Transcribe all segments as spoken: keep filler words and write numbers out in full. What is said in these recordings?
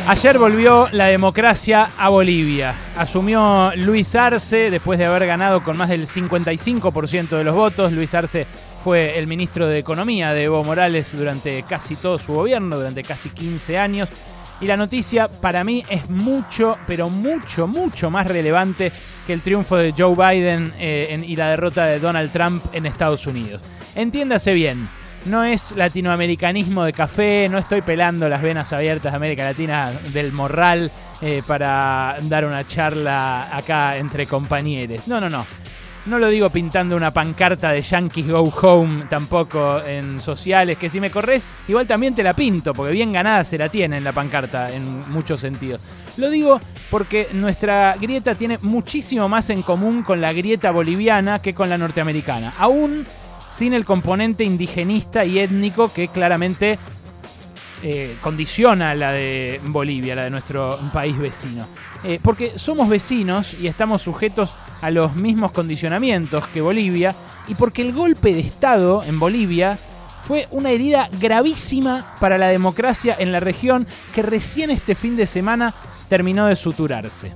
Ayer volvió la democracia a Bolivia. Asumió Luis Arce después de haber ganado con más del cincuenta y cinco por ciento de los votos. Luis Arce fue el ministro de Economía de Evo Morales durante casi todo su gobierno, durante casi quince años. Y la noticia para mí es mucho, pero mucho, mucho más relevante que el triunfo de Joe Biden eh, en, y la derrota de Donald Trump en Estados Unidos. Entiéndase bien. No es latinoamericanismo de café, no estoy pelando las venas abiertas de América Latina del morral eh, para dar una charla acá entre compañeros. No, no, no. No lo digo pintando una pancarta de Yankees Go Home tampoco en sociales, que si me corres, igual también te la pinto, porque bien ganada se la tiene en la pancarta en muchos sentidos. Lo digo porque nuestra grieta tiene muchísimo más en común con la grieta boliviana que con la norteamericana. Aún sin el componente indigenista y étnico que claramente eh, condiciona la de Bolivia, la de nuestro país vecino. Eh, porque somos vecinos y estamos sujetos a los mismos condicionamientos que Bolivia, y porque el golpe de Estado en Bolivia fue una herida gravísima para la democracia en la región que recién este fin de semana terminó de suturarse.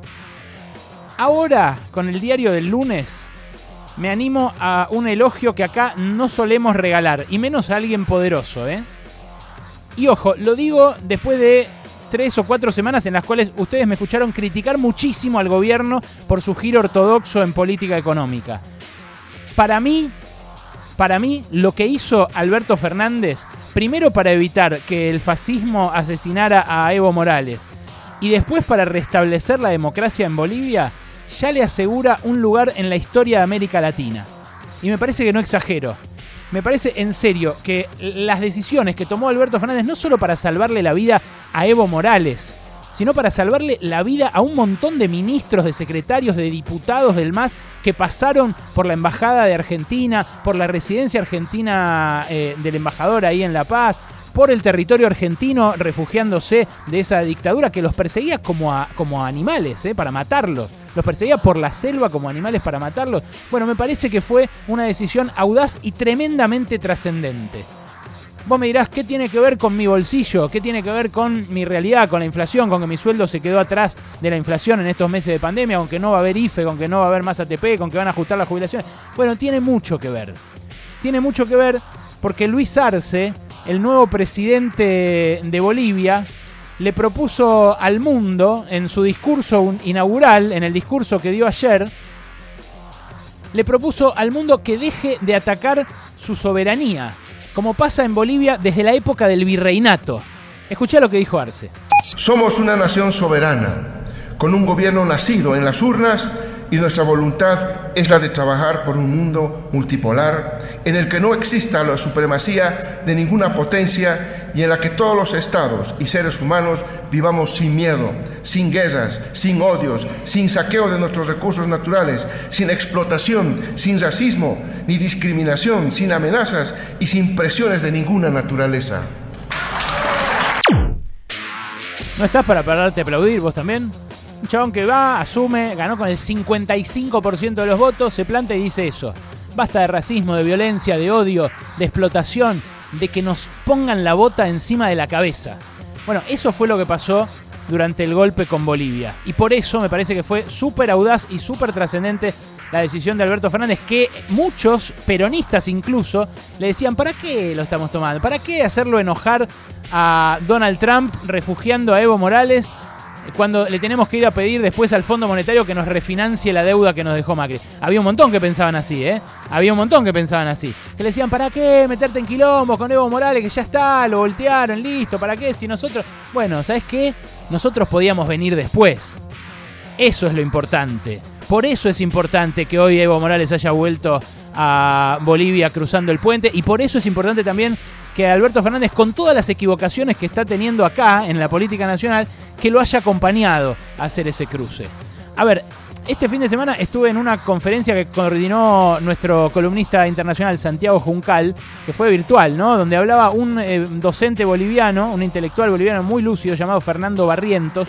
Ahora, con el diario del lunes, me animo a un elogio que acá no solemos regalar, y menos a alguien poderoso, ¿eh? Y ojo, lo digo después de tres o cuatro semanas en las cuales ustedes me escucharon criticar muchísimo al gobierno por su giro ortodoxo en política económica. Para mí, para mí, lo que hizo Alberto Fernández, primero para evitar que el fascismo asesinara a Evo Morales, y después para restablecer la democracia en Bolivia, ya le asegura un lugar en la historia de América Latina. Y me parece que no exagero. Me parece en serio que las decisiones que tomó Alberto Fernández, no solo para salvarle la vida a Evo Morales, sino para salvarle la vida a un montón de ministros, de secretarios, de diputados del M A S que pasaron por la Embajada de Argentina, por la residencia argentina eh, del embajador ahí en La Paz, por el territorio argentino refugiándose de esa dictadura que los perseguía como a, como a animales, ¿eh? Para matarlos. Los perseguía por la selva como animales para matarlos. Bueno, me parece que fue una decisión audaz y tremendamente trascendente. Vos me dirás, ¿qué tiene que ver con mi bolsillo? ¿Qué tiene que ver con mi realidad, con la inflación, con que mi sueldo se quedó atrás de la inflación en estos meses de pandemia, con que no va a haber I F E, con que no va a haber más A T P, con que van a ajustar las jubilaciones? Bueno, tiene mucho que ver. Tiene mucho que ver porque Luis Arce, el nuevo presidente de Bolivia, le propuso al mundo, en su discurso inaugural, en el discurso que dio ayer, le propuso al mundo que deje de atacar su soberanía, como pasa en Bolivia desde la época del virreinato. Escuchá lo que dijo Arce. Somos una nación soberana, con un gobierno nacido en las urnas, y nuestra voluntad es la de trabajar por un mundo multipolar en el que no exista la supremacía de ninguna potencia y en la que todos los estados y seres humanos vivamos sin miedo, sin guerras, sin odios, sin saqueo de nuestros recursos naturales, sin explotación, sin racismo ni discriminación, sin amenazas y sin presiones de ninguna naturaleza. ¿No estás para pararte a aplaudir vos también? Un chabón que va, asume, ganó con el cincuenta y cinco por ciento de los votos, se planta y dice eso. Basta de racismo, de violencia, de odio, de explotación, de que nos pongan la bota encima de la cabeza. Bueno, eso fue lo que pasó durante el golpe con Bolivia. Y por eso me parece que fue súper audaz y súper trascendente la decisión de Alberto Fernández, que muchos peronistas incluso le decían, ¿para qué lo estamos tomando? ¿Para qué hacerlo enojar a Donald Trump refugiando a Evo Morales cuando le tenemos que ir a pedir después al Fondo Monetario que nos refinancie la deuda que nos dejó Macri? Había un montón que pensaban así, ¿eh? Había un montón que pensaban así. Que le decían, ¿para qué meterte en quilombos con Evo Morales? Que ya está, lo voltearon, listo, ¿para qué? Si nosotros... Bueno, ¿sabes qué? Nosotros podíamos venir después. Eso es lo importante. Por eso es importante que hoy Evo Morales haya vuelto a Bolivia cruzando el puente, y por eso es importante también que Alberto Fernández, con todas las equivocaciones que está teniendo acá en la política nacional, que lo haya acompañado a hacer ese cruce. A ver, este fin de semana estuve en una conferencia que coordinó nuestro columnista internacional Santiago Juncal, que fue virtual, ¿no? Donde hablaba un eh, docente boliviano, un intelectual boliviano muy lúcido llamado Fernando Barrientos,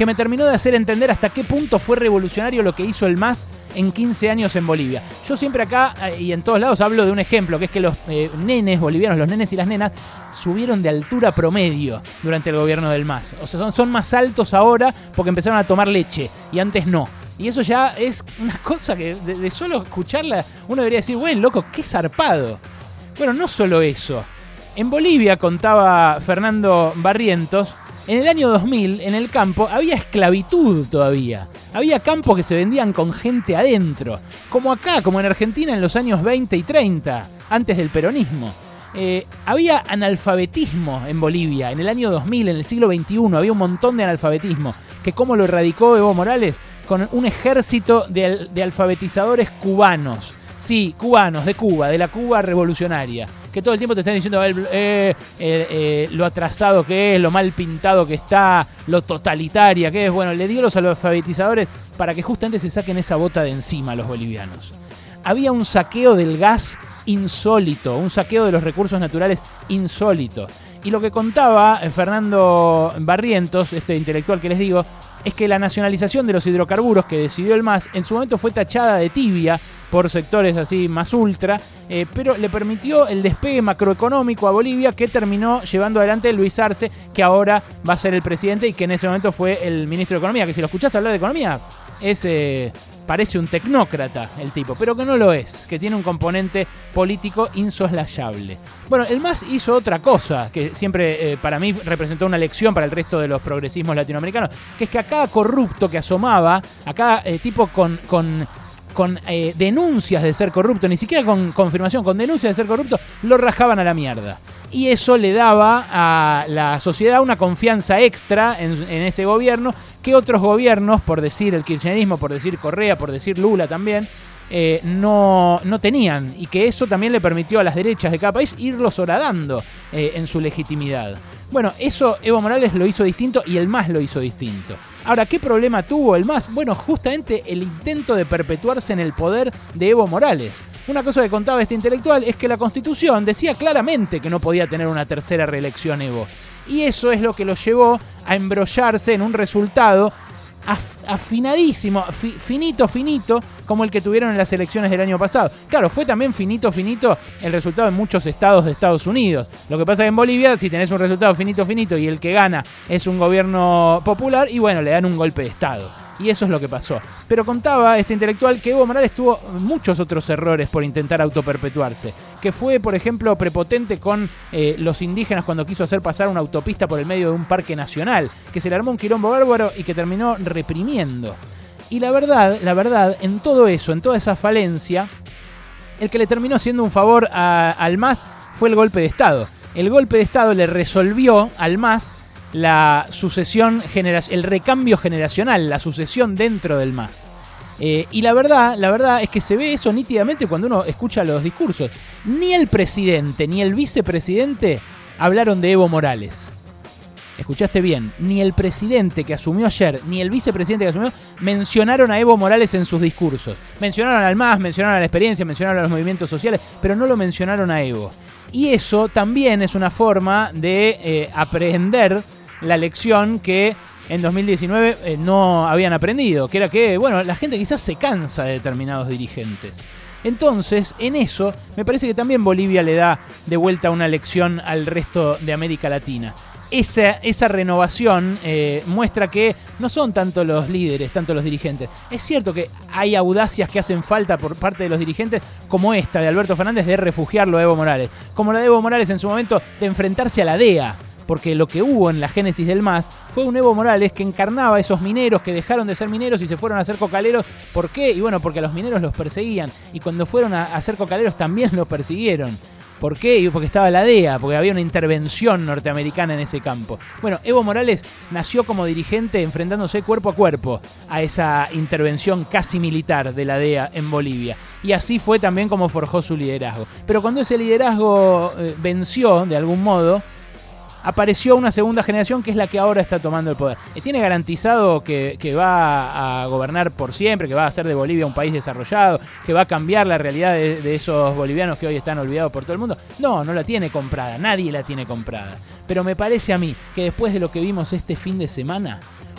que me terminó de hacer entender hasta qué punto fue revolucionario lo que hizo el M A S en quince años en Bolivia. Yo siempre acá y en todos lados hablo de un ejemplo, que es que los eh, nenes bolivianos, los nenes y las nenas, subieron de altura promedio durante el gobierno del M A S. O sea, son, son más altos ahora porque empezaron a tomar leche y antes no. Y eso ya es una cosa que de, de solo escucharla uno debería decir, bueno, loco, qué zarpado. Bueno, no solo eso. En Bolivia, contaba Fernando Barrientos, en el año dos mil, en el campo, había esclavitud todavía. Había campos que se vendían con gente adentro. Como acá, como en Argentina en los años veinte y treinta, antes del peronismo. Eh, había analfabetismo en Bolivia en el año dos mil, en el siglo veintiuno. Había un montón de analfabetismo. Que ¿cómo lo erradicó Evo Morales? Con un ejército de, de alfabetizadores cubanos. Sí, cubanos, de Cuba, de la Cuba revolucionaria. Que todo el tiempo te están diciendo eh, eh, eh, lo atrasado que es, lo mal pintado que está, lo totalitaria que es. Bueno, le dio los alfabetizadores para que justamente se saquen esa bota de encima los bolivianos. Había un saqueo del gas insólito, un saqueo de los recursos naturales insólito. Y lo que contaba Fernando Barrientos, este intelectual que les digo, es que la nacionalización de los hidrocarburos que decidió el M A S en su momento fue tachada de tibia por sectores así más ultra, eh, pero le permitió el despegue macroeconómico a Bolivia que terminó llevando adelante Luis Arce, que ahora va a ser el presidente y que en ese momento fue el ministro de Economía, que si lo escuchás hablar de economía es... Eh, parece un tecnócrata el tipo, pero que no lo es, que tiene un componente político insoslayable. Bueno, el M A S hizo otra cosa, que siempre eh, para mí representó una lección para el resto de los progresismos latinoamericanos, que es que a cada corrupto que asomaba, a cada eh, tipo con... con con eh, denuncias de ser corrupto, ni siquiera con confirmación, con denuncias de ser corrupto, lo rajaban a la mierda. Y eso le daba a la sociedad una confianza extra en, en ese gobierno que otros gobiernos, por decir el kirchnerismo, por decir Correa, por decir Lula también, eh, no, no tenían. Y que eso también le permitió a las derechas de cada país irlos horadando eh, en su legitimidad. Bueno, eso Evo Morales lo hizo distinto y el M A S lo hizo distinto. Ahora, ¿qué problema tuvo el M A S? Bueno, justamente el intento de perpetuarse en el poder de Evo Morales. Una cosa que contaba este intelectual es que la Constitución decía claramente que no podía tener una tercera reelección Evo. Y eso es lo que lo llevó a embrollarse en un resultado af- afinadísimo, fi- finito, finito, como el que tuvieron en las elecciones del año pasado. Claro, fue también finito, finito el resultado en muchos estados de Estados Unidos. Lo que pasa es que en Bolivia, si tenés un resultado finito, finito y el que gana es un gobierno popular, y bueno, le dan un golpe de estado. Y eso es lo que pasó. Pero contaba este intelectual que Evo Morales tuvo muchos otros errores por intentar autoperpetuarse. Que fue, por ejemplo, prepotente con eh, los indígenas cuando quiso hacer pasar una autopista por el medio de un parque nacional. Que se le armó un quilombo bárbaro y que terminó reprimiendo. Y la verdad, la verdad, en todo eso, en toda esa falencia, el que le terminó haciendo un favor a, al M A S fue el golpe de Estado. El golpe de Estado le resolvió al M A S la sucesión, genera- el recambio generacional, la sucesión dentro del M A S. Eh, y la verdad, la verdad es que se ve eso nítidamente cuando uno escucha los discursos. Ni el presidente ni el vicepresidente hablaron de Evo Morales. Escuchaste bien, ni el presidente que asumió ayer, ni el vicepresidente que asumió, mencionaron a Evo Morales en sus discursos. Mencionaron al M A S, mencionaron a la experiencia, mencionaron a los movimientos sociales, pero no lo mencionaron a Evo. Y eso también es una forma de eh, aprender la lección que en dos mil diecinueve eh, no habían aprendido, que era que, bueno, la gente quizás se cansa de determinados dirigentes. Entonces, en eso, me parece que también Bolivia le da de vuelta una lección al resto de América Latina. Esa, esa renovación eh, muestra que no son tanto los líderes, tanto los dirigentes. Es cierto que hay audacias que hacen falta por parte de los dirigentes, como esta de Alberto Fernández de refugiarlo a Evo Morales, como la de Evo Morales en su momento de enfrentarse a la D E A, porque lo que hubo en la génesis del M A S fue un Evo Morales que encarnaba a esos mineros que dejaron de ser mineros y se fueron a ser cocaleros. ¿Por qué? Y bueno, porque a los mineros los perseguían, y cuando fueron a, a ser cocaleros también los persiguieron. ¿Por qué? Y porque estaba la D E A, porque había una intervención norteamericana en ese campo. Bueno, Evo Morales nació como dirigente enfrentándose cuerpo a cuerpo a esa intervención casi militar de la D E A en Bolivia. Y así fue también como forjó su liderazgo. Pero cuando ese liderazgo eh, venció, de algún modo, apareció una segunda generación que es la que ahora está tomando el poder. ¿Tiene garantizado que, que va a gobernar por siempre, que va a hacer de Bolivia un país desarrollado, que va a cambiar la realidad de, de esos bolivianos que hoy están olvidados por todo el mundo? No, no la tiene comprada, nadie la tiene comprada. Pero me parece a mí que después de lo que vimos este fin de semana,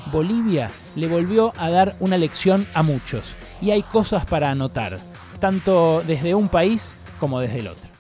Bolivia le volvió a dar una lección a muchos y hay cosas para anotar, tanto desde un país como desde el otro.